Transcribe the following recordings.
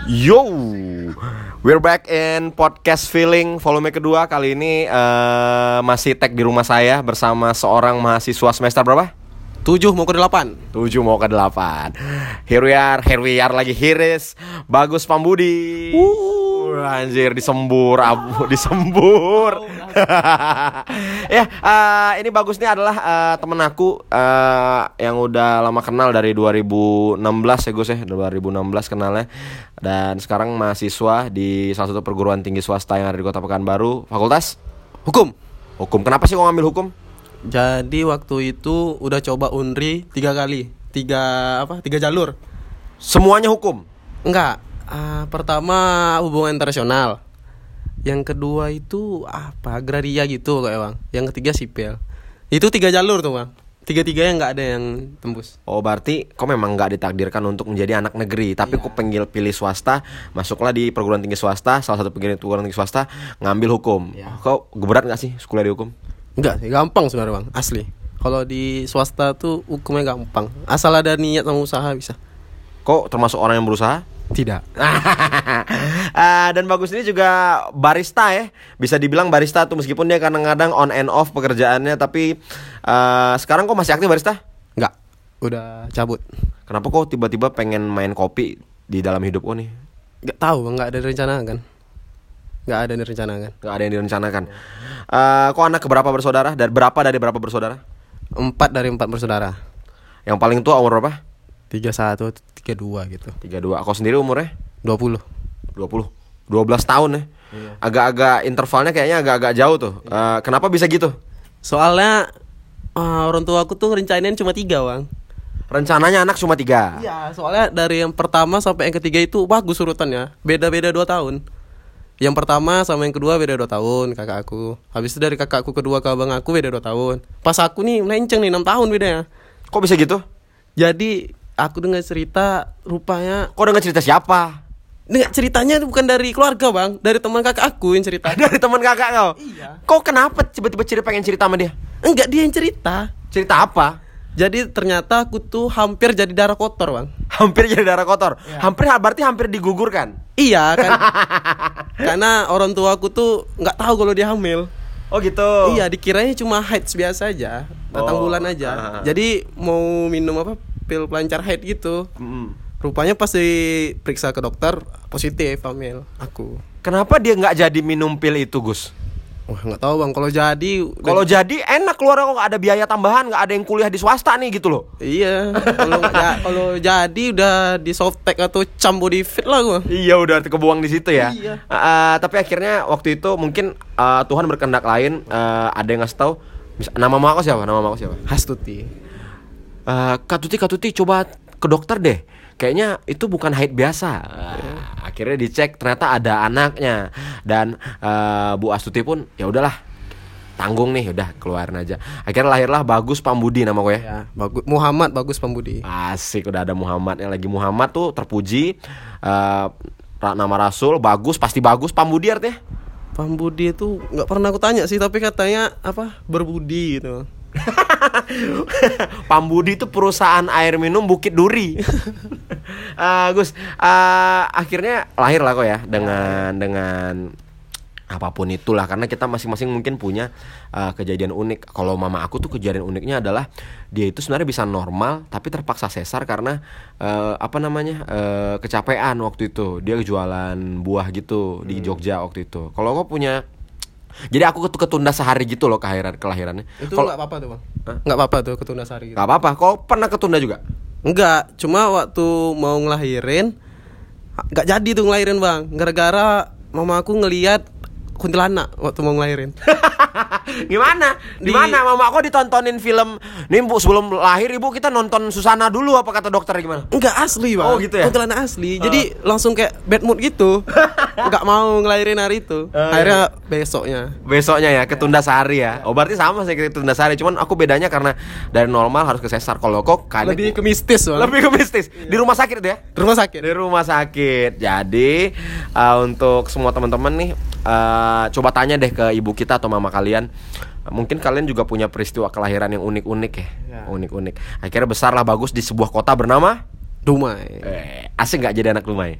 Yo, we're back in podcast feeling volume kedua. Kali ini masih tag di rumah saya bersama seorang mahasiswa semester berapa? 7 mau ke 8. 7 mau ke 8. Here we are lagi. Here is Bagus Pambudi. Anjir, disembur. Ya, ini Bagus nih adalah temen aku yang udah lama kenal dari 2016 ya Gus ya. 2016 kenalnya. Dan sekarang mahasiswa di salah satu perguruan tinggi swasta yang ada di Kota Pekanbaru. Fakultas Hukum. Kenapa sih kok ngambil hukum? Jadi waktu itu udah coba Unri 3 kali. 3 jalur. Semuanya hukum? Enggak. Pertama hubungan internasional. Yang kedua itu agraria gitu kayak Bang. Yang ketiga sipil. Itu 3 jalur tuh Bang. 3-3 yang nggak ada yang tembus. Oh berarti kok memang nggak ditakdirkan untuk menjadi anak negeri, tapi kok pilih swasta, masuklah di perguruan tinggi swasta, salah satu perguruan tinggi swasta, ngambil hukum. Kok berat nggak sih kuliah di hukum? Enggak sih, gampang sebenarnya Bang, asli. Kalau di swasta tuh hukumnya gampang. Asal ada niat sama usaha bisa. Kok termasuk orang yang berusaha? Tidak. Dan Bagus ini juga barista ya. Bisa dibilang barista tuh meskipun dia kadang-kadang on and off pekerjaannya. Tapi sekarang kok masih aktif barista? Enggak, udah cabut. Kenapa kok tiba-tiba pengen main kopi di dalam hidup kok nih? Enggak tahu, enggak ada direncanakan. Enggak ada direncanakan. Enggak ada yang direncanakan. Kok anak keberapa bersaudara? Dan berapa dari berapa bersaudara? 4 dari 4 bersaudara. Yang paling tua umur berapa? 31, 32 gitu. 32. Kau sendiri umurnya? 20. 12 tahun ya. Iya. Agak-agak intervalnya kayaknya agak-agak jauh tuh. Kenapa bisa gitu? Soalnya orang tua aku tuh rencanain cuma 3 Bang. Rencananya anak cuma 3. Iya, soalnya dari yang pertama sampai yang ketiga itu bagus urutannya. Beda-beda 2 tahun. Yang pertama sama yang kedua beda 2 tahun kakak aku. Habis itu dari kakakku kedua ke abang aku beda 2 tahun. Pas aku nih melenceng nih 6 tahun bedanya. Kok bisa gitu? Jadi aku dengar cerita rupanya. Kok dengar cerita siapa? Dengar ceritanya bukan dari keluarga Bang, dari teman kakak aku yang cerita. Dari teman kakak kau? Iya. Kok kenapa tiba-tiba pengen cerita sama dia? Enggak, dia yang cerita. Cerita apa? Jadi ternyata aku tuh hampir jadi darah kotor Bang. Hampir jadi darah kotor? Ya. Berarti hampir digugurkan? Iya kan. Karena orang tua aku tuh gak tahu kalau dia hamil. Oh gitu? Iya, dikiranya cuma haid biasa aja, datang bulan aja. Jadi mau minum pil pelancar haid gitu. Rupanya pas diperiksa ke dokter positif hamil aku. Kenapa dia gak jadi minum pil itu Gus? Wah gak tahu Bang, kalau jadi enak keluar kok, gak ada biaya tambahan, gak ada yang kuliah di swasta nih gitu loh. Iya. Kalau jadi udah di softtek atau cam body fit lah gua. Iya udah kebuang di situ ya. Iya. Tapi akhirnya waktu itu mungkin Tuhan berkehendak lain. Ada yang ngasih tahu. Nama mama aku siapa? Hastuti. Kak Tuti coba ke dokter deh. Kayaknya itu bukan haid biasa. Akhirnya dicek ternyata ada anaknya. Dan Bu Astuti pun ya udahlah, tanggung nih, udah keluarin aja. Akhirnya lahirlah Bagus Pambudi nama gue ya. Muhammad Bagus Pambudi. Asik, udah ada Muhammadnya lagi. Muhammad tuh terpuji, nama Rasul, bagus, pasti bagus. Pambudi artinya? Pambudi itu nggak pernah aku tanya sih, tapi katanya berbudi gitu. Pambudi itu perusahaan air minum Bukit Duri. Gus, akhirnya lahir lah kok ya dengan apapun itulah, karena kita masing-masing mungkin punya kejadian unik. Kalau mama aku tuh kejadian uniknya adalah dia itu sebenarnya bisa normal tapi terpaksa sesar karena kecapean waktu itu. Dia jualan buah gitu di Jogja waktu itu. Kalau kok punya, jadi aku ketunda sehari gitu loh kelahirannya. Itu nggak apa-apa tuh Bang? Nggak apa-apa tuh ketunda sehari gitu. Nggak apa-apa. Kau pernah ketunda juga? Enggak, cuma waktu mau ngelahirin nggak jadi tuh ngelahirin Bang. Gara-gara mama aku ngelihat kuntilanak waktu mau ngelahirin. Gimana? Dimana mama aku ditontonin film nih Bu, sebelum lahir ibu kita nonton Susana dulu, apa kata dokter gimana? Enggak, asli Bang. Oh gitu ya? Kuntilanak asli. Jadi langsung kayak bad mood gitu. Enggak mau ngelahirin hari itu. Akhirnya besoknya ya ketunda sehari ya. Oh berarti sama sih ketunda sehari, cuman aku bedanya karena dari normal harus ke sesar. Kalau kok lebih ke mistis Bang. Lebih ke mistis. Di rumah sakit itu ya? Di rumah sakit. Jadi untuk semua teman-teman nih, coba tanya deh ke ibu kita atau mama kalian. Mungkin kalian juga punya peristiwa kelahiran yang unik-unik ya. Unik-unik. Akhirnya besarlah Bagus di sebuah kota bernama Dumai. Asik gak jadi anak Dumai?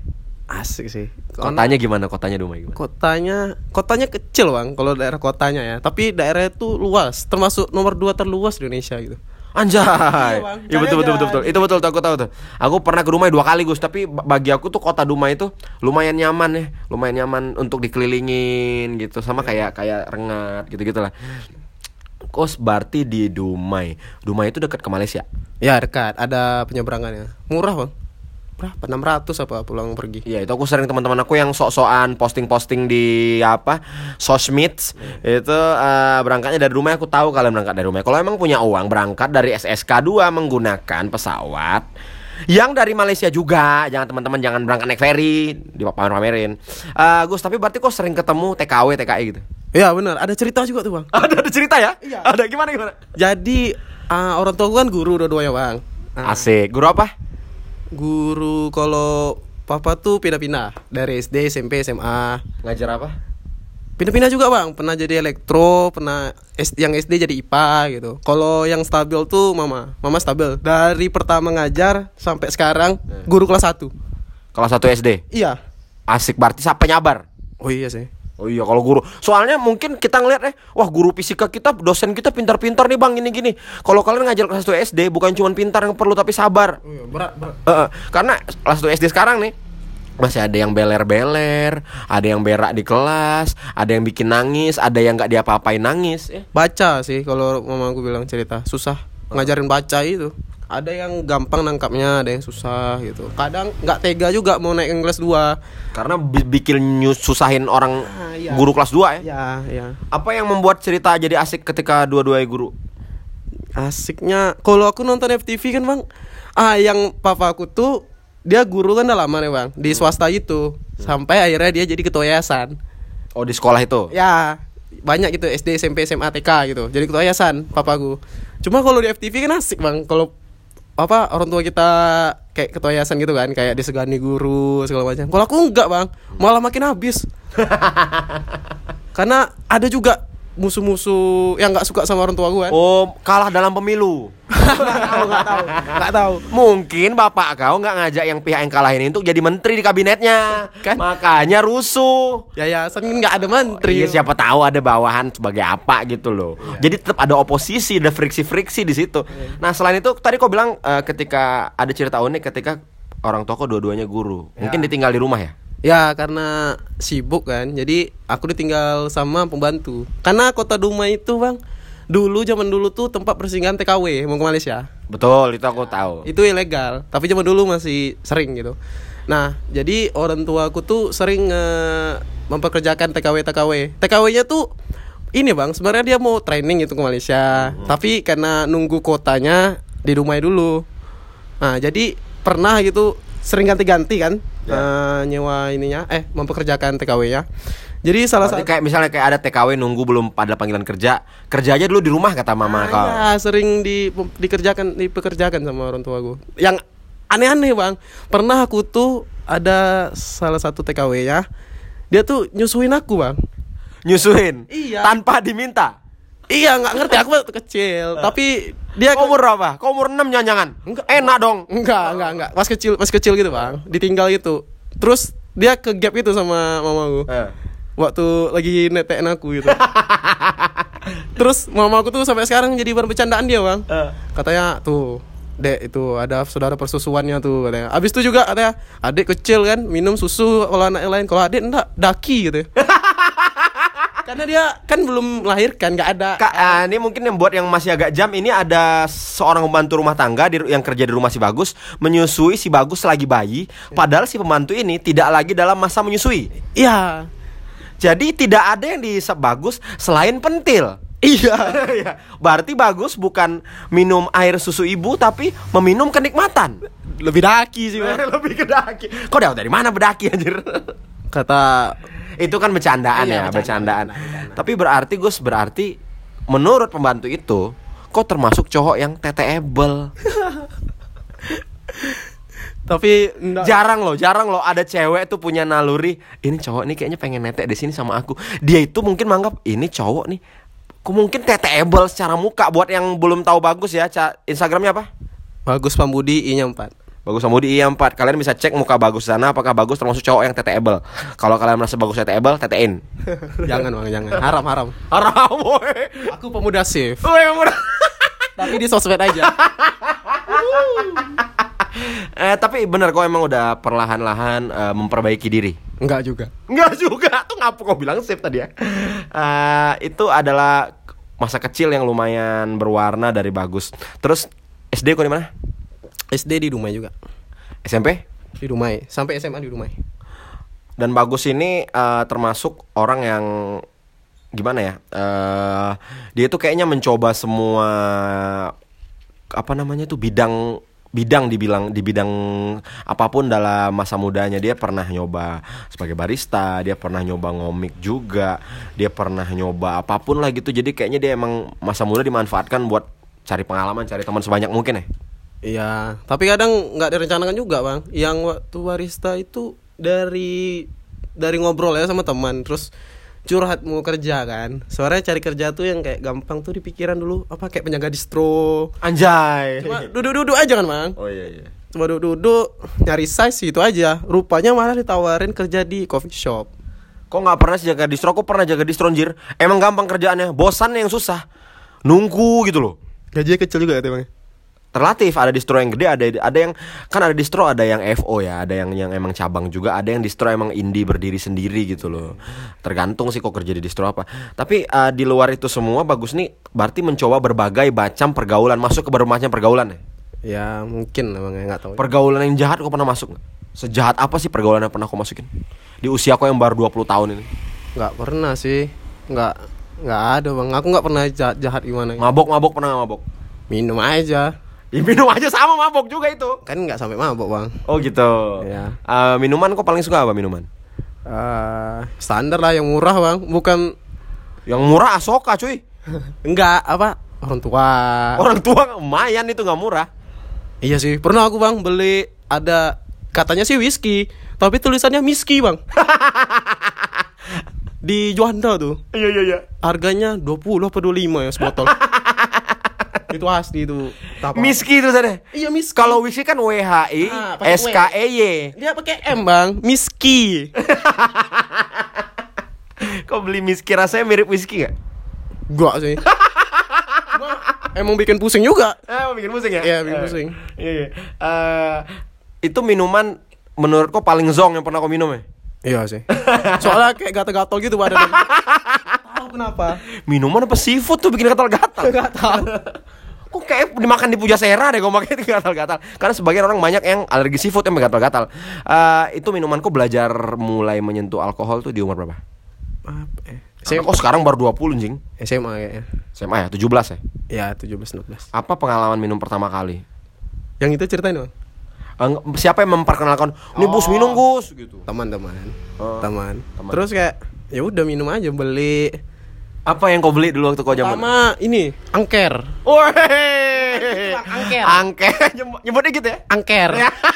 Asik sih. Kotanya gimana? Kotanya Dumai gimana? Kotanya kecil bang, kalau daerah kotanya ya. Tapi daerahnya itu luas, termasuk nomor 2 terluas di Indonesia gitu. Anjay. Bang. Iya betul. Itu betul tuh, aku tahu tuh. Aku pernah ke Dumai 2 kali Gus, tapi bagi aku tuh kota Dumai itu lumayan nyaman ya, lumayan nyaman untuk dikelilingin gitu, sama kayak Rengat gitu-gitulah. Kos berarti di Dumai. Dumai itu dekat ke Malaysia. Ya dekat, ada penyeberangannya. Murah bang. Berapa? 600 apa pulang pergi? Iya, itu aku sering teman-teman aku yang sok-sokan posting-posting di sosmed itu berangkatnya dari rumah. Aku tahu kalian berangkat dari rumah. Kalau emang punya uang berangkat dari SSK2 menggunakan pesawat yang dari Malaysia juga. Jangan teman-teman jangan berangkat naik ferry di pamerin. Gus, tapi berarti kok sering ketemu TKW TKI gitu? Iya benar, ada cerita juga tuh bang. Ada cerita ya? Iya. Ada gimana? Jadi orang tua gue kan guru dua-duanya bang. Asik. Guru apa? Guru kalau papa tuh pindah-pindah dari SD, SMP, SMA. Ngajar apa? Pindah-pindah juga bang. Pernah jadi elektro, yang SD jadi IPA gitu. Kalau yang stabil tuh mama stabil. Dari pertama ngajar sampai sekarang guru kelas 1. Kelas 1 SD? Iya. Asik, berarti siapa nyabar? Oh iya sih. Oh iya, kalau guru. Soalnya mungkin kita ngeliat wah guru fisika kita, dosen kita pintar-pintar nih bang, gini-gini. Kalau kalian ngajar kelas 1 SD, bukan cuma pintar yang perlu, tapi sabar. Oh iya, berat. Karena kelas 1 SD sekarang nih masih ada yang beler-beler, ada yang berak di kelas, ada yang bikin nangis, ada yang nggak diapa-apain nangis. Baca sih, kalau mama aku bilang cerita susah ngajarin baca itu. Ada yang gampang nangkapnya, ada yang susah gitu. Kadang nggak tega juga mau naik ke kelas 2 karena bikin susahin orang iya. Guru kelas 2 ya. Iya. Apa yang membuat cerita jadi asik ketika dua-duanya guru? Asiknya kalau aku nonton FTV kan bang, yang papa aku tuh dia guru kan udah lama nih bang di swasta itu, sampai akhirnya dia jadi ketua yayasan. Oh, di sekolah itu? Ya banyak gitu, SD, SMP, SMA, TK gitu. Jadi ketua yayasan papaku. Cuma kalau di FTV kan asik bang, kalau orang tua kita kayak ketua yayasan gitu kan, kayak disegani guru segala macam. Kalau aku enggak bang, malah makin habis. Karena ada juga musuh-musuh yang nggak suka sama orang tua gue kan. Oh, kalah dalam pemilu. Nggak tahu. Mungkin bapak kau nggak ngajak yang pihak yang kalahin itu jadi menteri di kabinetnya, kan? Makanya rusuh. Yayasan nggak ada menteri. Iya, siapa tahu ada bawahan sebagai apa gitu loh. Jadi tetap ada oposisi, ada friksi-friksi di situ. Nah selain itu tadi kau bilang ketika ada cerita unik ketika orang tua kau dua-duanya guru, mungkin ditinggal di rumah ya? Ya karena sibuk kan, jadi aku ditinggal sama pembantu. Karena kota Dumai itu bang, zaman dulu tuh tempat persinggahan TKW mau ke Malaysia. Betul, itu aku tahu. Itu ilegal, tapi zaman dulu masih sering gitu. Nah, jadi orang tua aku tuh sering mempekerjakan TKW-nya tuh ini bang, sebenarnya dia mau training itu ke Malaysia, tapi karena nunggu kotanya di Dumai dulu. Nah, jadi pernah gitu sering ganti-ganti kan nyewa ininya, mempekerjakan TKW-nya. Jadi salah satu kayak misalnya kayak ada TKW nunggu belum pada panggilan kerja aja dulu di rumah kata mama kau. Ya, sering dipekerjakan sama orang tua gue. Yang aneh-aneh bang, pernah aku tuh ada salah satu TKW-nya, dia tuh nyusuin aku bang. Nyusuin? Iya. Tanpa diminta? Iya, nggak ngerti, aku waktu kecil. Tapi dia umur berapa? Kau umur 6 jangan. Enak dong. Enggak. Pas kecil gitu, Bang. Ditinggal gitu. Terus dia ke gap itu sama mamaku. Waktu lagi netekin aku gitu. Terus mamaku tuh sampai sekarang jadi bahan bercandaan dia, Bang. Katanya, tuh, Dek, itu ada saudara persusuannya tuh katanya. Abis itu juga katanya, adik kecil kan minum susu kalau anak yang lain. Kalau adik enggak, daki gitu. Karena dia kan belum melahirkan, nggak ada. Ini mungkin yang buat yang masih agak jam, ini ada seorang pembantu rumah tangga yang kerja di rumah si Bagus menyusui si Bagus lagi bayi, padahal si pembantu ini tidak lagi dalam masa menyusui. Iya. Jadi tidak ada yang dihisap Bagus selain pentil. Iya. Berarti Bagus bukan minum air susu ibu tapi meminum kenikmatan. Lebih daki sih, Bang. Lebih ke daki. Kok dari mana bedaki anjir? Kata itu kan bercandaan ya, bercandaan. Tapi berarti Gus, menurut pembantu itu kok termasuk cowok yang TTable. Tapi jarang loh ada cewek tuh punya naluri, ini cowok nih kayaknya pengen netek di sini sama aku. Dia itu mungkin menganggap ini cowok nih mungkin TTable secara muka. Buat yang belum tahu Bagus ya, Instagramnya apa? Bagus Pambudi I-nya 4. Bagus Samudi iya 4. Kalian bisa cek muka Bagus sana apakah Bagus termasuk cowok yang TTable. Kalau kalian merasa Bagus TTable, TTin. Jangan bang, jangan. Haram. Haram woy. Aku pemuda safe. Woy, pemuda. Tapi di sosmed aja. Tapi bener kok emang udah perlahan-lahan memperbaiki diri. Enggak juga. Tuh ngapa kau bilang safe tadi ya? Itu adalah masa kecil yang lumayan berwarna dari Bagus. Terus SD kau di mana? SD di Dumai juga. SMP? Di Dumai. Sampai SMA di Dumai. Dan Bagus ini termasuk orang yang gimana ya? Dia tuh kayaknya mencoba semua apa namanya tuh bidang di bidang apapun dalam masa mudanya. Dia pernah nyoba sebagai barista, dia pernah nyoba ngomik juga, dia pernah nyoba apapun lah gitu. Jadi kayaknya dia emang masa muda dimanfaatkan buat cari pengalaman, cari teman sebanyak mungkin ya. Iya, tapi kadang nggak direncanakan juga bang. Yang waktu barista itu dari ngobrol ya sama teman, terus curhat mau kerja kan. Soalnya cari kerja tuh yang kayak gampang tuh di pikiran dulu apa kayak penjaga distro. Anjay. Cuma duduk-duduk aja kan bang. Oh iya. Cuma duduk-duduk nyari size itu aja. Rupanya malah ditawarin kerja di coffee shop. Kok nggak pernah jaga distro? Kok pernah jaga distro anjir? Emang gampang kerjaannya, bosan yang susah. Nunggu gitu loh. Gajinya kecil juga katanya bang. Relatif, ada distro yang gede, ada yang kan ada distro, ada yang FO ya, ada yang emang cabang juga, ada yang distro emang indie berdiri sendiri gitu loh. Tergantung sih kok kerja di distro apa. Tapi di luar itu semua Bagus nih berarti mencoba berbagai macam pergaulan, masuk ke berbagai macam pergaulan ya. Ya mungkin emang nggak tahu. Pergaulan yang jahat kok pernah masuk nggak? Sejahat apa sih pergaulan yang pernah kau masukin? Di usia kau yang baru 20 tahun ini. Nggak pernah sih. Nggak ada bang. Aku nggak pernah jahat gimana. Mabok pernah nggak mabok? Minum aja. Ya, minum aja sama mabok juga itu. Kan nggak sampai mabok bang. Oh gitu. Ya. Minuman kok paling suka apa minuman? Standar lah yang murah bang. Bukan yang murah Asoka cuy. Enggak apa orang tua. Orang tua lumayan itu nggak murah. Iya sih. Pernah aku bang beli ada katanya sih whisky, tapi tulisannya miski bang. Di Juanda tuh. Iya. Harganya 20 apa 25 ya sebotol. Itu asli itu. Miski itu sana. Iya miski. Kalau whisky kan WHI SKEY. Dia pakai M bang. Miski. Kau beli miski rasanya mirip whisky gak? Gak sih. Emang bikin pusing juga. Emang bikin pusing ya? Iya bikin pusing. Iya. Itu minuman menurut kau paling zong yang pernah kau minum ya? Iya sih. Soalnya kayak gatal-gatal gitu badan. Tahu kenapa? Minuman apa seafood tuh bikin gatal-gatal? Gak tahu. Kok kayak dimakan di Pujasera deh kau makan itu gatal-gatal. Karena sebagian orang banyak yang alergi seafood yang gatal-gatal. Itu minumanku belajar mulai menyentuh alkohol tuh di umur berapa? Kok sekarang baru 20 anjing? SMA kayaknya. SMA ya? 17 ya? Ya 17-16. Apa pengalaman minum pertama kali? Yang itu ceritain bang. Siapa yang memperkenalkan? Nih Gus minum Gus gitu. Teman. Terus kayak ya udah minum aja beli. Apa yang kau beli dulu waktu kau zaman? Pertama ini angker. Woi. Angker. Nyebutnya gitu ya? Angker.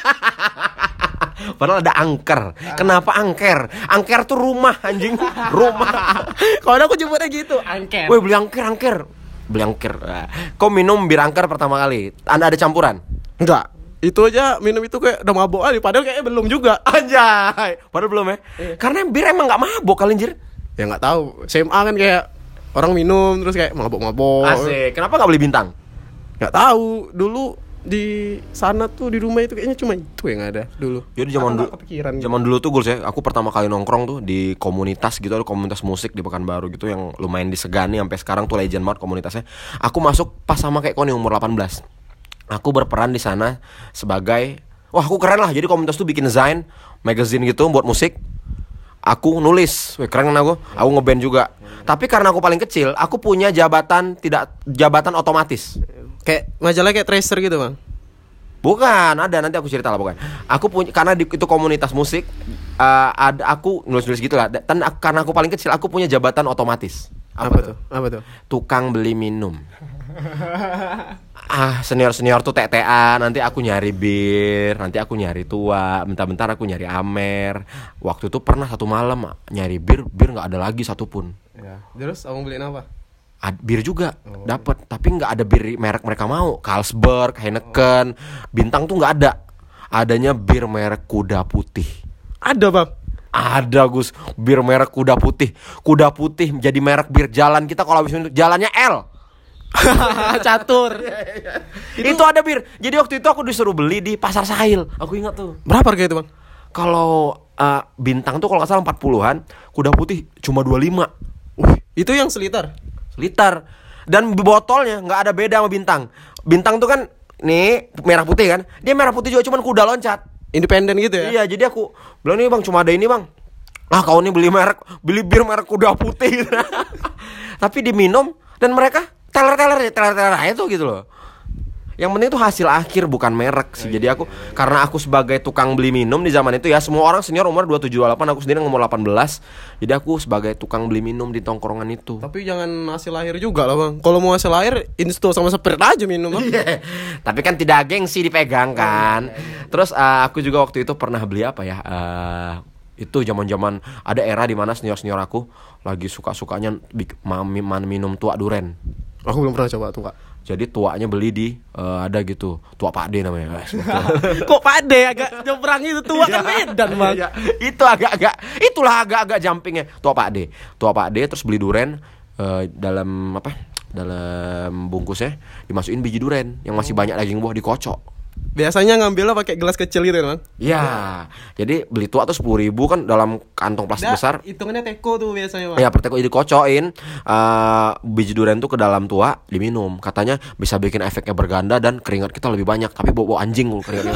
Padahal ada angker. Kenapa angker? Angker tuh rumah anjing. Rumah. Kalau aku nyebutnya gitu, angker. Woi beli angker. Beli angker. Kau minum bir angker pertama kali. Anda ada campuran? Enggak. Itu aja minum itu kayak udah mabok aja. Padahal kayaknya belum juga. Anjay. Padahal belum ya? Iya. Karena bir emang gak mabok kali anjir. Ya gak tahu. SMA kan kayak orang minum terus kayak mabok-mabok. Asik. Kenapa gak beli bintang? Gak tahu. Dulu di sana tuh di rumah itu kayaknya cuma itu yang ada dulu. Jadi zaman dulu tuh gue ya, aku pertama kali nongkrong tuh di komunitas gitu, ada komunitas musik di Pekanbaru gitu yang lumayan disegani sampai sekarang tuh legend banget komunitasnya. Aku masuk pas sama kayak kau nih umur 18. Aku berperan di sana sebagai aku keren lah. Jadi komunitas tuh bikin desain magazine gitu buat musik. Aku nulis, keren kan aku ngeband juga. Tapi karena aku paling kecil, aku punya jabatan otomatis. Kayak majalah kayak Tracer gitu bang? Bukan, ada nanti aku cerita lah bukan. Aku punya karena itu komunitas musik, ada aku nulis gitu lah. Dan karena aku paling kecil, aku punya jabatan otomatis. Apa tuh? Tukang beli minum. Senior tuh TTA, nanti aku nyari bir, nanti aku nyari tua, bentar-bentar aku nyari Amer. Waktu itu pernah satu malam nyari bir nggak ada lagi satupun. Ya. Terus abang beliin apa? Bir juga dapat, tapi nggak ada bir merek mereka mau. Carlsberg, Heineken, Bintang tuh nggak ada. adanya bir merek Kuda Putih. Ada bang. Ada Gus, bir merek Kuda Putih. Kuda Putih menjadi merek bir jalan kita kalau habis minum jalannya L. Catur. Itu ada bir. Jadi waktu itu aku disuruh beli di Pasar Sahil. Aku ingat tuh. Berapa harga itu bang? Kalau Bintang tuh kalau nggak salah 40-an, Kuda Putih cuma 25. Itu yang seliter. Liter. Dan botolnya nggak ada beda sama Bintang. Bintang tuh kan nih merah putih kan. Dia merah putih juga cuman kuda loncat. Independen gitu ya? Iya, jadi aku bilang nih bang cuma ada ini bang. Ah kau nih beli bir merek Kuda Putih. Tapi diminum dan mereka teler aja tuh gitu loh. Yang penting itu hasil akhir bukan merek sih. Jadi aku karena aku sebagai tukang beli minum di zaman itu ya, semua orang senior umur 27-28, aku sendiri umur 18. Jadi aku sebagai tukang beli minum di tongkrongan itu. Tapi jangan hasil akhir juga lah bang. Kalau mau hasil akhir Insto sama Sprite aja minum bang. Tapi kan tidak gengsi dipegang kan. Terus aku juga waktu itu pernah beli apa ya? Itu zaman-zaman ada era di mana senior-senior aku lagi suka-sukanya minum tua duren. Aku belum pernah coba tuh kak. Jadi tuanya beli di ada gitu, tua Pak D namanya. Kok Pak D agak nyebrang itu tua kan Medan bang. Iya. Itu agak-agak jumpingnya. Tua Pak D terus beli duren dalam apa? Dalam bungkusnya dimasukin biji duren yang masih banyak daging buah dikocok. Biasanya ngambilnya pakai gelas kecil gitu bang. Iya. Jadi beli tua tuh 10.000 kan dalam kantong plastik besar. Hitungannya teko tuh biasanya bang. Ya per teko dikocokin biji durian tuh ke dalam tua diminum. Katanya bisa bikin efeknya berganda dan keringat kita lebih banyak. Tapi bau anjing keringatnya.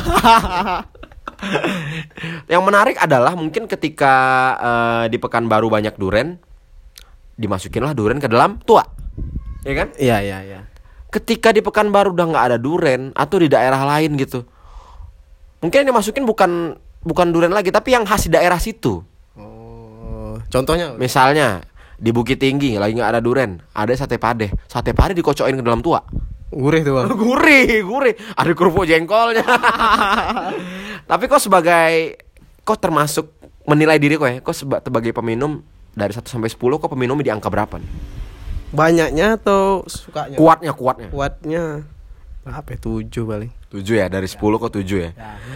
Yang menarik adalah mungkin ketika di Pekanbaru banyak duren, dimasukinlah duren ke dalam tua. Ya kan? Iya. Ketika di Pekanbaru udah nggak ada duren atau di daerah lain gitu, mungkin yang dimasukin bukan duren lagi tapi yang khas di daerah situ. Oh, contohnya? Misalnya di Bukit Tinggi lagi nggak ada duren, ada sate pade dikocokin ke dalam tua. Gurih tuh bang. Gurih. Ada kerupuk jengkolnya. Tapi kok termasuk menilai diri kok ya? Kok sebagai peminum dari 1 sampai 10 kok peminumnya di angka berapa nih? Banyaknya atau sukanya? Kuatnya berapa ya? 7 paling. 7 ya, dari 10 kok 7 ya.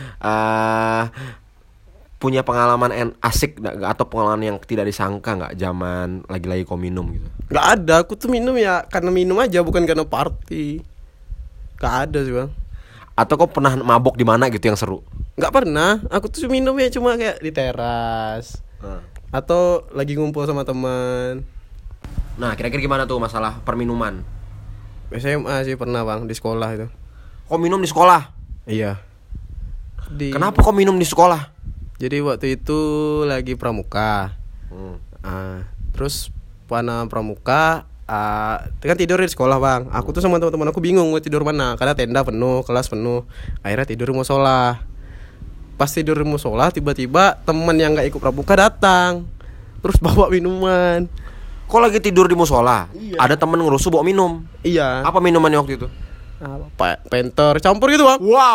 Punya pengalaman asik atau pengalaman yang tidak disangka nggak zaman lagi kau minum gitu? Nggak ada, aku tuh minum ya karena minum aja bukan karena party. Nggak ada sih bang. Atau kau pernah mabok di mana gitu yang seru? Nggak pernah, aku tuh minum ya cuma kayak di teras atau lagi ngumpul sama teman. Nah, kira-kira gimana tuh masalah perminuman? SMA sih pernah bang, di sekolah itu. Kok minum di sekolah? Iya. Kenapa kok minum di sekolah? Jadi waktu itu lagi pramuka. Terus pana pramuka kan tidur di sekolah bang. Aku tuh sama teman-teman aku bingung mau tidur mana karena tenda penuh, kelas penuh. Akhirnya tidur di musola. Pas tidur di musola tiba-tiba teman yang nggak ikut pramuka datang. Terus bawa minuman. Kok lagi tidur di musola? Iya. Ada temen ngerusuh bawa minum. Iya. Apa minumannya waktu itu? Pentor campur gitu bang.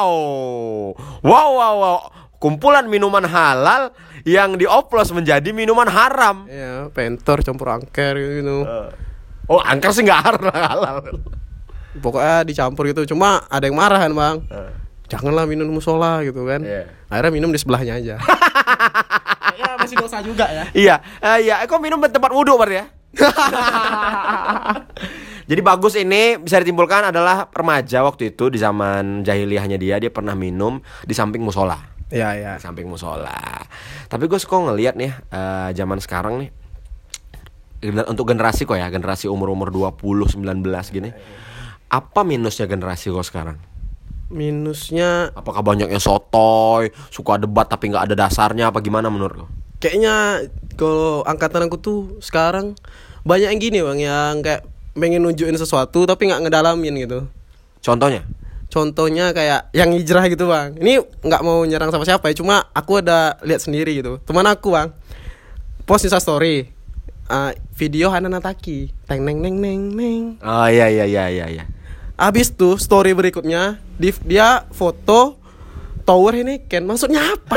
Wow. Kumpulan minuman halal yang dioplos menjadi minuman haram. Iya, pentor campur angker gitu. Oh, angker sih nggak halal. Pokoknya dicampur gitu. Cuma ada yang marah kan bang. Janganlah minum di musola gitu kan. Akhirnya minum di sebelahnya aja. Ya masih dosa juga ya. Iya. Kok minum di tempat wudhu berarti ya? Jadi bagus, ini bisa ditimbulkan adalah remaja waktu itu di zaman jahiliyahnya dia pernah minum di samping musola. Iya. Di samping musola. Tapi gue kok ngelihat nih zaman sekarang nih untuk generasi umur 20 19 gini. Apa minusnya generasi kok sekarang? Minusnya apakah banyaknya sotoy, suka debat tapi nggak ada dasarnya, apa gimana menurut lo? Kayaknya kalau angkatan aku tuh sekarang banyak yang gini bang, yang kayak pengen nunjukin sesuatu tapi nggak ngedalamin gitu. Contohnya kayak yang hijrah gitu bang. Ini nggak mau nyerang sama siapa ya, cuma aku ada lihat sendiri gitu. Teman aku bang post Insta story video Hana Nataki, neng. Oh iya. Abis tuh story berikutnya dia foto tower Heineken. Maksudnya apa?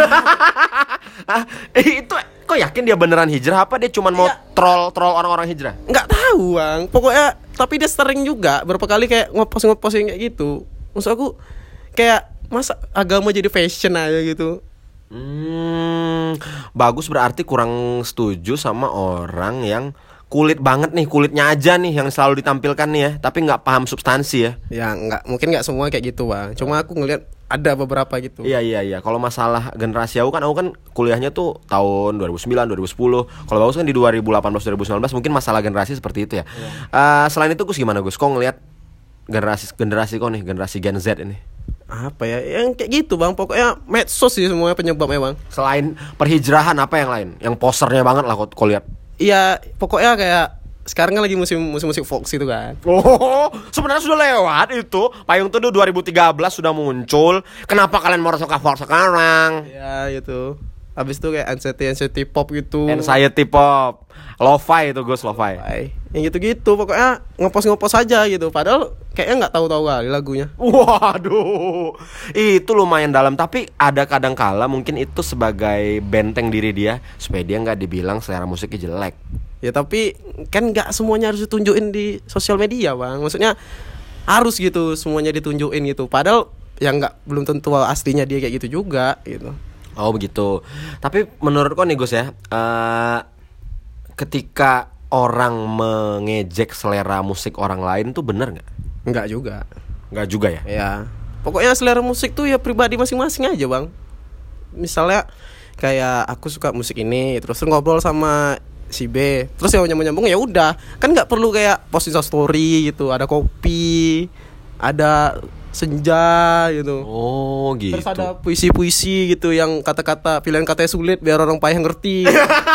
Itu kok yakin dia beneran hijrah apa dia cuma mau troll orang-orang hijrah? Nggak tahu bang. Pokoknya tapi dia sering juga berapa kali kayak ngepost kayak gitu. Maksud aku kayak masa agama jadi fashion aja gitu. Bagus berarti kurang setuju sama orang yang kulit banget nih, kulitnya aja nih yang selalu ditampilkan nih ya, tapi nggak paham substansi ya. Ya mungkin nggak semua kayak gitu bang. Cuma aku ngelihat ada beberapa gitu. Iya. Kalau masalah generasi aku kan kuliahnya tuh tahun 2009, 2010. Kalau Bagus kan di 2018, 2019 mungkin masalah generasi seperti itu ya. Selain itu Gus gimana Gus? Kok ngelihat generasi kok nih, generasi Gen Z ini? Apa ya? Yang kayak gitu bang. Pokoknya medsos sih semuanya penyebabnya bang. Selain perhijrahan apa yang lain? Yang posernya banget lah kok lihat. Iya, pokoknya kayak sekarang kan lagi musim musik Fox itu kan. Oh, sebenarnya sudah lewat itu. Payung Teduh 2013 sudah muncul. Kenapa kalian mau suka Fox sekarang? Ya gitu. Habis itu kayak anxiety pop gitu. Anxiety pop, lo-fi itu Gus, lo-fi. Yang gitu-gitu pokoknya ngepost aja gitu. Padahal kayaknya nggak tahu-tahu kali lagunya. Waduh, itu lumayan dalam. Tapi ada kadang-kala mungkin itu sebagai benteng diri dia supaya dia nggak dibilang selera musiknya jelek. Ya tapi kan nggak semuanya harus ditunjukin di sosial media bang. Maksudnya harus gitu semuanya ditunjukin gitu. Padahal yang belum tentu aslinya dia kayak gitu juga gitu. Oh begitu. Tapi menurutku nih Gus ya, ketika orang mengejek selera musik orang lain tuh benar nggak? Nggak juga ya? Ya. Pokoknya selera musik tuh ya pribadi masing-masing aja bang. Misalnya kayak aku suka musik ini, terus ngobrol sama si B, terus ya nyambung ya udah, kan nggak perlu kayak posting story gitu, ada kopi, ada senja gitu. Oh gitu. Terus ada puisi-puisi gitu yang kata-kata pilihan katanya sulit biar orang payah ngerti.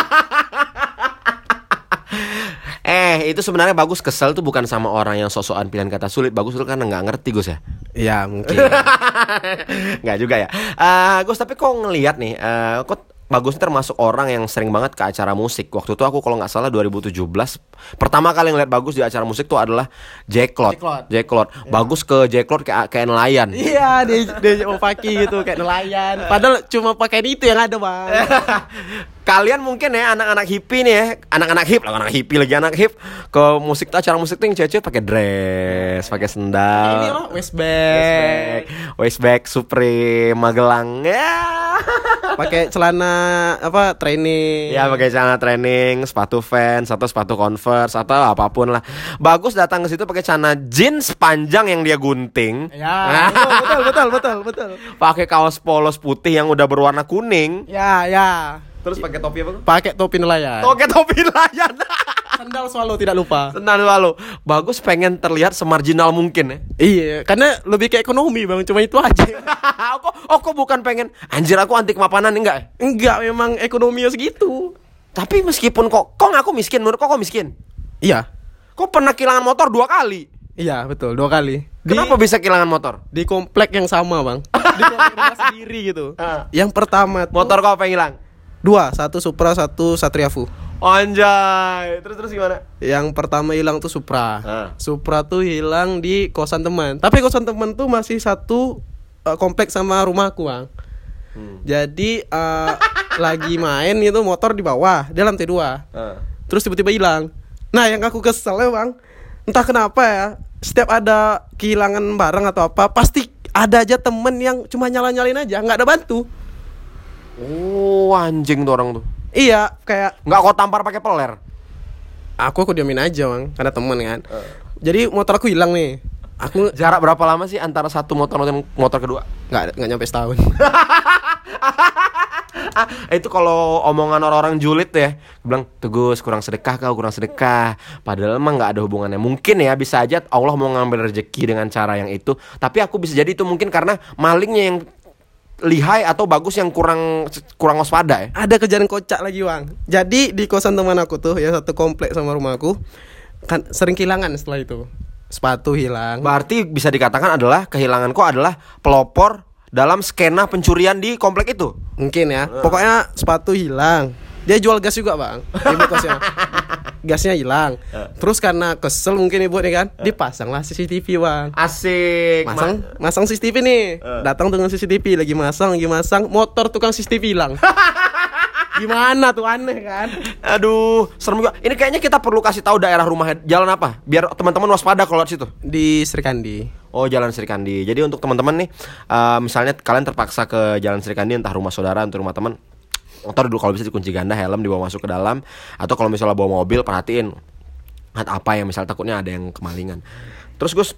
Itu sebenarnya Bagus kesel tuh bukan sama orang yang sok-sokan pilihan kata sulit. Bagus tuh karena nggak ngerti Gus ya. Iya mungkin. Nggak juga ya. Gus tapi kok ngelihat nih, kok Bagus termasuk orang yang sering banget ke acara musik. Waktu itu aku kalau nggak salah 2017 pertama kali ngeliat Bagus di acara musik tuh adalah Jacklot. Ya. Bagus ke Jacklot kayak nelayan. Iya, dia mau pakai gitu kayak nelayan. Padahal cuma pakai itu yang ada, Bang. Kalian mungkin ya anak-anak hippie nih ya, anak hip ke musik tuh, acara musik tuh yang cewek pakai dress, pakai sendal. Ini loh Waistbag Supreme Magelang. Ya. Pakai celana training. Ya, pakai celana training, sepatu Vans atau sepatu Converse atau apapun lah. Bagus datang ke situ pakai celana jeans panjang yang dia gunting. Ya, betul. Pakai kaos polos putih yang udah berwarna kuning. Ya. Terus pakai topi apa? Pakai topi nelayan. Pakai topi nelayan. Sandal swallow tidak lupa. Bagus pengen terlihat semarginal mungkin ya. Iya, karena lebih kayak ekonomi Bang, cuma itu aja. Kok bukan pengen anjir aku anti kemapanan enggak? Enggak, memang ekonominya segitu. Tapi meskipun kok ngaku miskin, menurut kok miskin? Iya. Kok pernah kehilangan motor 2 kali? Iya, betul, 2 kali. Kenapa bisa kehilangan motor? Di komplek yang sama, Bang. Di komplek rumah sendiri gitu. Yang pertama tuh, motor kau apa yang hilang? 2, 1 Supra, 1 Satria Fu. Anjay. Terus gimana? Yang pertama hilang tuh Supra. Supra tuh hilang di kosan teman. Tapi kosan teman tuh masih satu kompleks sama rumahku, Bang. Jadi lagi main gitu, motor di bawah, dia lantai 2. Terus tiba-tiba hilang. Nah, yang aku kesel ya, Bang, entah kenapa ya, setiap ada kehilangan barang atau apa, pasti ada aja temen yang cuma nyala-nyalain aja, nggak ada bantu. Oh, anjing tuh orang tuh. Iya, kayak nggak kau tampar pakai peler. Aku diamin aja, Bang, karena temen kan. Jadi motor aku hilang nih. Aku jarak berapa lama sih antara satu motor dan motor kedua? Nggak nyampe setahun. Itu kalau omongan orang-orang julid ya, bilang Tegus kurang sedekah. Padahal emang nggak ada hubungannya. Mungkin ya bisa aja Allah mau ngambil rezeki dengan cara yang itu. Tapi aku bisa jadi itu mungkin karena malingnya yang lihai atau Bagus yang kurang waspada ya. Ada kejadian kocak lagi, Bang. Jadi di kosan teman aku tuh ya, satu komplek sama rumahku, kan sering kehilangan setelah itu. Sepatu hilang. Berarti bisa dikatakan adalah kehilanganku adalah pelopor dalam skena pencurian di komplek itu. Mungkin ya. Pokoknya sepatu hilang. Dia jual gas juga, Bang. Ibu kosnya. Gasnya hilang. Terus karena kesel mungkin ibu nih kan, dipasanglah CCTV, Bang. Asik. Masang CCTV nih. Datang dengan CCTV lagi masang, motor tukang CCTV hilang. Gimana tuh, aneh kan? Aduh, serem juga. Ini kayaknya kita perlu kasih tahu daerah rumah jalan apa, biar teman-teman waspada kalau di situ. Di Serikandi. Oh, Jalan Serikandi. Jadi untuk teman-teman nih, misalnya kalian terpaksa ke Jalan Serikandi, entah rumah saudara, entah rumah teman, motor dulu kalau bisa dikunci ganda, helm dibawa masuk ke dalam, atau kalau misalnya bawa mobil, perhatiin apa yang misalnya takutnya ada yang kemalingan. Terus Gus,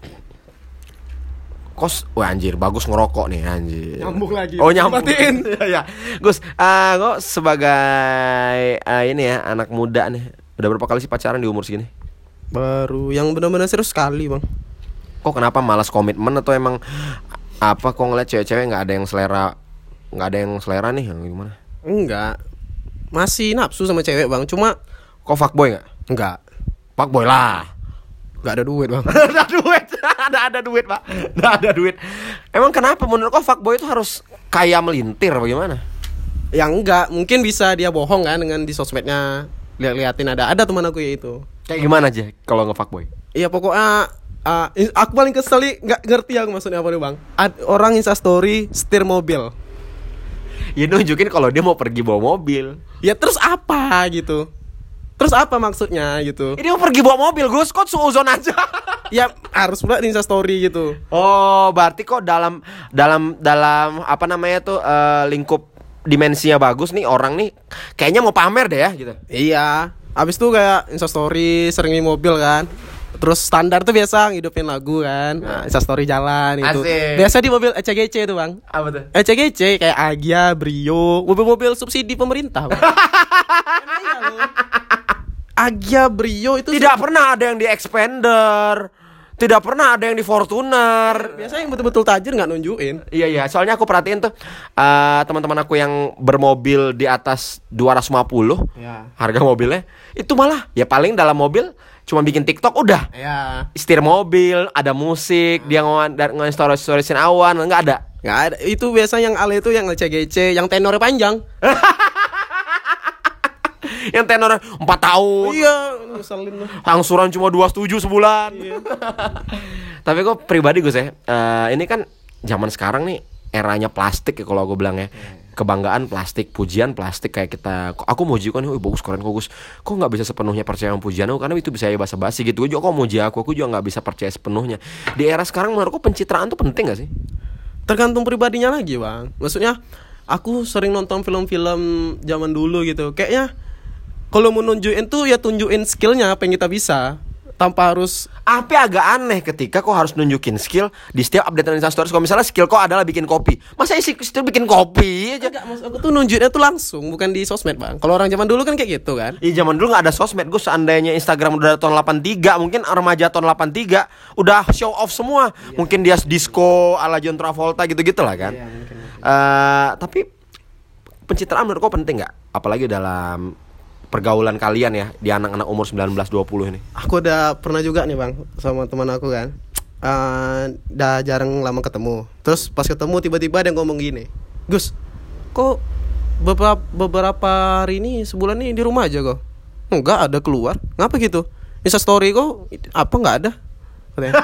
kos, wah anjir, bagus ngerokok nih anjir. Nyambung lagi. Oh nyambung. Matiin. Ya, Gus, kok sebagai ini ya anak muda nih, udah berapa kali sih pacaran di umur segini? Baru yang benar-benar serius sekali, Bang. Kok kenapa malas komitmen atau emang apa? Kok ngeliat cewek-cewek nggak ada yang selera nih, yang gimana? Enggak. Masih nafsu sama cewek, Bang. Cuma Kok fuckboy nggak? enggak. Fuckboy lah. Enggak ada duit, Bang. ada duit, ada duit Pak, ada duit. Emang kenapa menurut kok fuckboy itu harus kaya melintir bagaimana? Yang enggak, mungkin bisa dia bohong kan dengan di sosmednya. Liatin ada teman aku ya itu. Kayak gimana aja kalau nge-fuckboy? Iya pokoknya aku paling kesel nih, nggak ngerti aku maksudnya apa nih, Bang. Orang Instastory setir mobil. Ya nunjukin kalau dia mau pergi bawa mobil. Ya terus apa gitu? Terus apa maksudnya gitu? Ini mau pergi bawa mobil, Gus, kok suuzon aja. Ya harus pula di Instastory gitu. Oh, berarti kok dalam apa namanya tuh lingkup dimensinya bagus nih orang nih kayaknya mau pamer deh ya gitu. Iya. Abis itu kayak Instastory sering di mobil kan. Terus standar tuh biasa ngidupin lagu kan. Nah, Instastory jalan itu. Asik. Biasa di mobil ECGC tuh, Bang. Apa tuh? ECGC kayak Agia, Brio, mobil-mobil subsidi pemerintah, Bang. Emang iya loh. Agia, Brio itu Tidak pernah ada yang di Expander. Tidak pernah ada yang di Fortuner. biasanya yang betul-betul tajir nggak nunjukin. Iya, soalnya aku perhatiin tuh teman-teman aku yang bermobil di atas 250 Ya. harga mobilnya, itu malah ya paling dalam mobil cuma bikin TikTok udah. Ya. Setir mobil, ada musik, dia nge-storiesin awan, enggak ada. Nggak ada. Itu biasa yang ale itu yang ECGC, yang tenornya panjang. Yang tenornya 4 tahun. Iya, ngeselin loh. Angsuran cuma 2,7 sebulan. Iya. Tapi kok pribadi Gus ya, ini kan zaman sekarang nih eranya plastik ya kalau aku bilang ya. Kebanggaan plastik, pujian plastik kayak kita. Aku muji kan, bagus keren kok Gus. Kok nggak bisa sepenuhnya percaya sama pujian aku karena itu bisa ya basa-basi gitu. Gue juga kok muji aku juga nggak bisa percaya sepenuhnya. Di era sekarang menurutku pencitraan tuh penting gak sih? Tergantung pribadinya lagi, Bang. Maksudnya aku sering nonton film-film zaman dulu gitu. Kayaknya kalau mau nunjukin tuh ya tunjukin skillnya apa yang kita bisa, tanpa harus. Tapi agak aneh ketika kok harus nunjukin skill di setiap update Instastories. Kalau misalnya skill kok adalah bikin kopi, masa isi skill bikin kopi aja? Enggak, maksud aku tuh nunjukinnya tuh langsung, bukan di sosmed, Bang. Kalau orang zaman dulu kan kayak gitu kan. Iya, zaman dulu nggak ada sosmed. Gue seandainya Instagram udah tahun 83, mungkin remaja tahun 83 udah show off semua. Iya. Mungkin dia disco ala John Travolta gitu-gitu lah kan. Iya, tapi pencitraan menurut kau penting nggak? Apalagi dalam pergaulan kalian ya di anak-anak umur 19-20 ini. Aku udah pernah juga nih, Bang, sama teman aku kan. Udah jarang lama ketemu. Terus pas ketemu tiba-tiba ada yang ngomong gini, "Gus, kok beberapa hari ini sebulan nih di rumah aja kok?" "Enggak, ada keluar." "Ngapa gitu?" "Instastory kok apa nggak ada?" Katanya.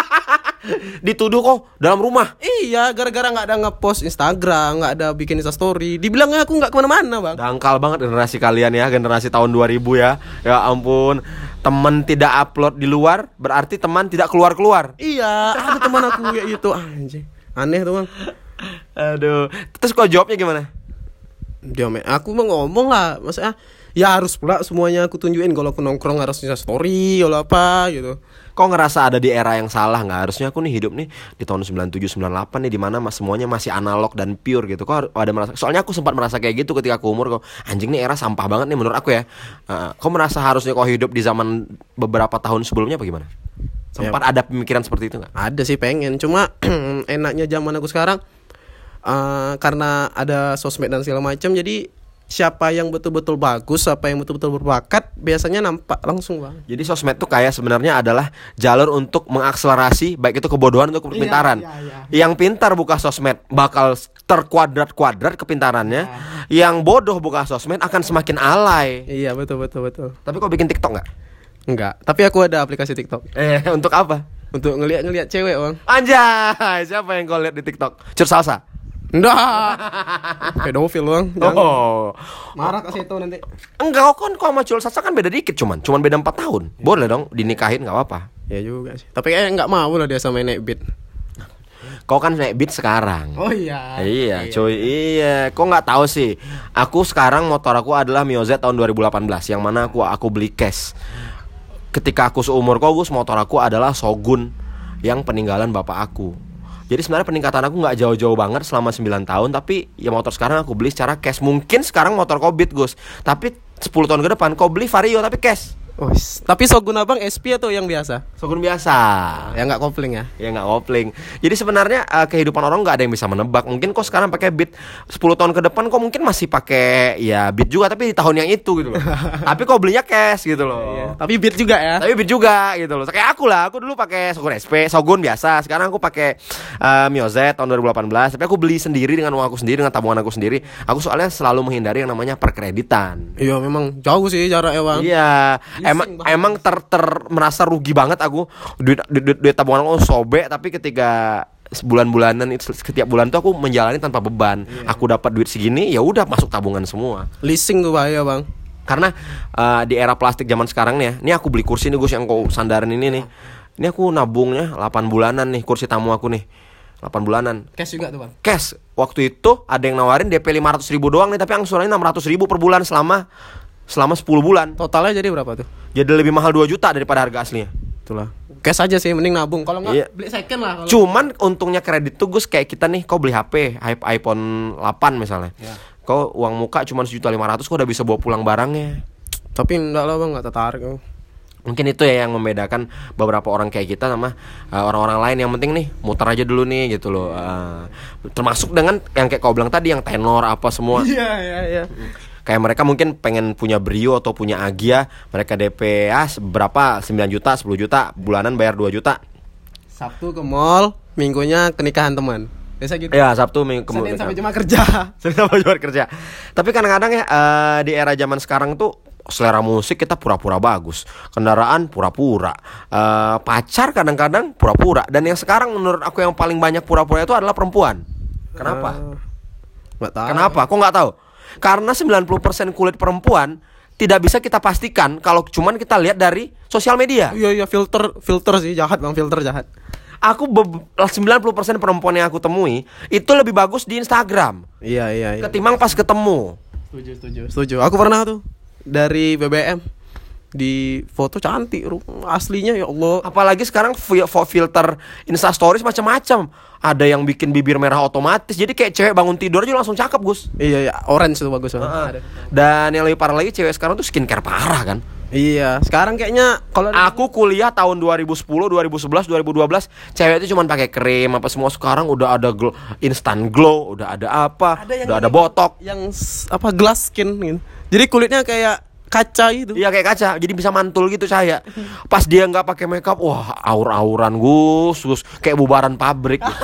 Dituduh kok dalam rumah. Iya, gara-gara nggak ada ngepost Instagram, nggak ada bikin Instastory, dibilangnya aku nggak kemana-mana, Bang. Dangkal banget generasi kalian ya, generasi tahun 2000 ya. Ya ampun, teman tidak upload di luar berarti teman tidak keluar-keluar. Iya, ada teman aku kayak gitu, anjing. Aneh tuh, Bang. Aduh, terus kok jawabnya gimana? Aku mau ngomong lah, maksudnya ya harus pula semuanya aku tunjukin. Kalau aku nongkrong harus Instastory, kalau apa gitu. Kok ngerasa ada di era yang salah nggak? Harusnya aku nih hidup nih di tahun 97-98 nih, di mana semuanya masih analog dan pure gitu. Kok ada merasa? Soalnya aku sempat merasa kayak gitu ketika aku umur. Kok anjing nih era sampah banget nih menurut aku ya. Kok merasa harusnya kok hidup di zaman beberapa tahun sebelumnya apa gimana? Sempat ada pemikiran seperti itu nggak? Ada sih pengen, cuma enaknya zaman aku sekarang karena ada sosmed dan segala macam, jadi siapa yang betul-betul bagus, siapa yang betul-betul berbakat biasanya nampak langsung, Bang. Jadi sosmed tuh kayak sebenarnya adalah jalur untuk mengakselerasi baik itu kebodohan atau kepintaran. Iya. Yang pintar buka sosmed bakal terkuadrat-kuadrat kepintarannya. Yang bodoh buka sosmed akan semakin alay. Iya, betul. Tapi kok bikin TikTok nggak? Enggak, tapi aku ada aplikasi TikTok. Untuk apa? Untuk ngeliat cewek, Bang. Anjay, siapa yang kau lihat di TikTok? Cur salsa. Enggak. Pedofil bang. Jangan. Oh. Marah ke situ nanti. Enggak, kok sama Cul Sasa kan beda dikit cuman beda 4 tahun. Boleh dong dinikahin enggak apa-apa. Ya juga sih. Tapi kayaknya enggak mau lah dia sama naik beat. Kau kan naik beat sekarang. Oh iya. Iya, cuy. Iya. Kok nggak tahu sih? Aku sekarang motor aku adalah Mio Z tahun 2018 yang mana aku beli cash. Ketika aku seumur kau, Gus, motor aku adalah Shogun yang peninggalan bapak aku. Jadi sebenarnya peningkatan aku nggak jauh-jauh banget selama 9 tahun. Tapi ya motor sekarang aku beli secara cash. Mungkin sekarang motor kau Beat, Gus, tapi 10 tahun ke depan kau beli Vario tapi cash. Oh, tapi Shogun abang SP atau yang biasa? Shogun biasa. Ya nggak kopling ya? Ya nggak kopling. Jadi sebenarnya kehidupan orang nggak ada yang bisa menebak. Mungkin kok sekarang pakai Beat 10 tahun ke depan kok mungkin masih pakai ya Beat juga tapi di tahun yang itu gitu loh. Tapi kok belinya cash gitu loh. Iya. Tapi Beat juga ya? Tapi Beat juga gitu loh. Kayak aku lah, aku dulu pakai Shogun SP, Shogun biasa. Sekarang aku pakai Mio Z tahun 2018. Tapi aku beli sendiri dengan uang aku sendiri, dengan tabungan aku sendiri. Aku soalnya selalu menghindari yang namanya perkreditan. Iya memang jauh sih jaraknya bang. Iya. Emang merasa rugi banget aku duit tabungan aku sobek, tapi ketika bulan-bulanan itu setiap bulan tuh aku menjalani tanpa beban. Aku dapat duit segini ya udah masuk tabungan semua. Leasing tuh bahaya bang. Karena di era plastik zaman sekarang nih ya, ini aku beli kursi nih Gus yang kau sandarin ini nih. Ini aku nabungnya 8 bulanan nih kursi tamu aku nih. 8 bulanan. Cash juga tuh bang. Cash. Waktu itu ada yang nawarin DP 500.000 doang nih, tapi angsurannya 600.000 per bulan selama 10 bulan. Totalnya jadi berapa tuh? Jadi lebih mahal 2 juta daripada harga aslinya. Itulah. Cash aja sih mending nabung. Kalau enggak beli second lah. Cuman untungnya kredit tuh Gus kayak kita nih, kau beli HP iPhone 8 misalnya. Kau uang muka cuma 1.500.000 kau udah bisa bawa pulang barangnya. Tapi enggak lah bang, enggak tertarik. Mungkin itu ya yang membedakan beberapa orang kayak kita sama orang-orang lain. Yang penting nih muter aja dulu nih gitu loh. Termasuk dengan yang kayak kau bilang tadi, yang tenor apa semua. Iya. Kayak mereka mungkin pengen punya Brio atau punya Agia, mereka DP berapa, 9 juta, 10 juta, bulanan bayar 2 juta. Sabtu ke mall, minggunya ke nikahan teman. Biasa gitu. Ya, Sabtu minggu Senin sampai Jumat kerja. Senin sampai Jumat kerja. Tapi kadang-kadang ya di era zaman sekarang tuh selera musik kita pura-pura bagus, kendaraan pura-pura, pacar kadang-kadang pura-pura. Dan yang sekarang menurut aku yang paling banyak pura-pura itu adalah perempuan. Kenapa? Nggak tahu. Kenapa? Kok nggak tahu? Karena 90% kulit perempuan tidak bisa kita pastikan kalau cuman kita lihat dari sosial media. Iya, filter sih jahat bang, filter jahat. Aku 90% perempuan yang aku temui itu lebih bagus di Instagram. Iya. Ketimbang pas ketemu. Setuju. Aku pernah tuh dari BBM di foto cantik, aslinya ya Allah. Apalagi sekarang filter Insta Stories macam-macam. Ada yang bikin bibir merah otomatis. Jadi kayak cewek bangun tidur aja langsung cakep, Gus. Iya, orange itu bagus banget. Dan yang lebih parah lagi, cewek sekarang tuh skincare parah kan. Iya, sekarang kayaknya kalau aku kuliah tahun 2010, 2011, 2012, cewek itu cuma pakai krim apa semua. Sekarang udah ada instant glow, udah ada apa? Udah ada botok. Yang apa glass skin gitu. Jadi kulitnya kayak kaca gitu. Iya kayak kaca, jadi bisa mantul gitu cahaya. Pas dia nggak pakai makeup, wah aur-auran Gus, kayak bubaran pabrik. Gitu.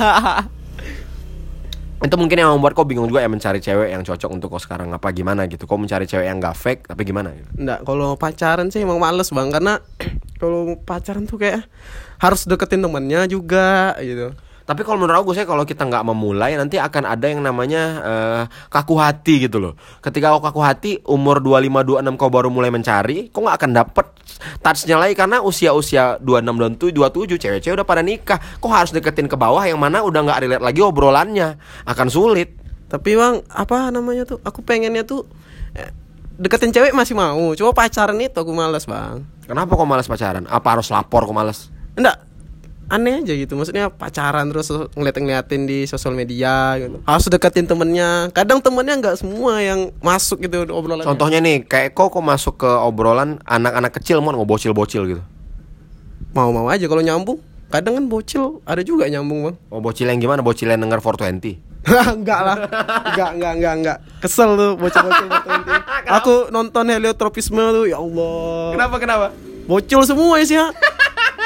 Itu mungkin yang membuat kau bingung juga ya mencari cewek yang cocok untuk kau sekarang apa gimana gitu. Kau mencari cewek yang nggak fake tapi gimana? Gitu. Nggak, kalau pacaran sih emang males bang, karena kalau pacaran tuh kayak harus deketin temennya juga gitu. Tapi kalau menurut aku sih kalau kita nggak memulai nanti akan ada yang namanya kaku hati gitu loh. Ketika kau kaku hati umur 25-26 kau baru mulai mencari, kau nggak akan dapet touchnya lagi karena usia 26 dan 27 cewek-cewek udah pada nikah. Kau harus deketin ke bawah yang mana udah nggak relate lagi obrolannya, akan sulit. Tapi bang apa namanya tuh? Aku pengennya tuh deketin cewek masih mau, cuma pacaran itu aku malas bang. Kenapa kau malas pacaran? Apa harus lapor kau malas? Enggak. Aneh aja gitu, maksudnya pacaran terus ngeliatin di sosial media gitu. Harus deketin temennya. Kadang temennya nggak semua yang masuk gitu obrolannya. Contohnya nih, kayak kok masuk ke obrolan anak-anak kecil mau bocil-bocil gitu. Mau aja kalau nyambung. Kadang kan bocil ada juga nyambung bang. Oh bocil yang gimana? Bocil yang denger 420? Enggak lah. Enggak. Kesel tuh bocil-bocil 420. Aku nonton heliotropisme tuh, ya Allah. Kenapa? Bocil semua ya sih ya.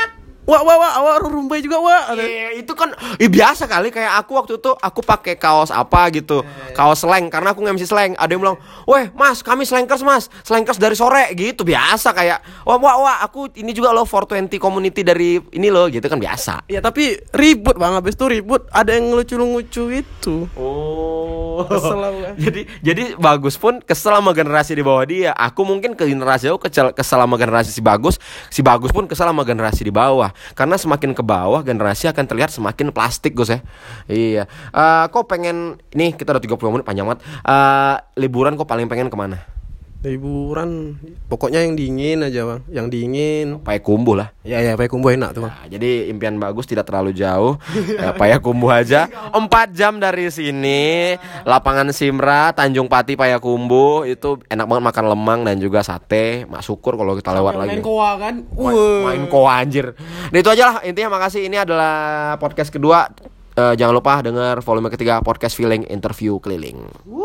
Wah, awak rumbai juga, wah. Itu kan biasa kali, kayak aku waktu itu aku pakai kaos apa gitu. Kaos slang karena aku nge-MC slang. Ada yang bilang, "Weh, Mas, kami slankers, Mas. Slankers dari sore." Gitu biasa kayak, "Wah, aku ini juga loh 420 community dari ini loh." Gitu kan biasa. Ya, tapi ribut Bang, habis itu ribut ada yang ngelucu-ngelucu itu. Oh. Kesel aku. Jadi Bagus pun kesel sama generasi di bawah dia. Aku mungkin ke generasi aku kesel sama generasi si Bagus. Si Bagus pun kesel sama generasi di bawah. Karena semakin ke bawah generasi akan terlihat semakin plastik, Gus ya. Iya. Kok pengen nih, kita udah 30 menit panjang banget. Liburan kok paling pengen kemana? Liburan pokoknya yang dingin aja Bang, yang dingin. Payakumbuh lah. Ya Payakumbuh enak tuh Bang. Jadi impian Bagus tidak terlalu jauh. Payakumbuh aja. 4 jam dari sini. Lapangan Simra, Tanjung Pati, Payakumbuh. Itu enak banget makan lemang dan juga sate. Mak syukur kalau kita lewat lagi. Main koa kan. Main koa anjir. Nah itu aja lah, intinya makasih. Ini adalah podcast kedua. Jangan lupa dengar volume ketiga podcast Feeling Interview Keliling.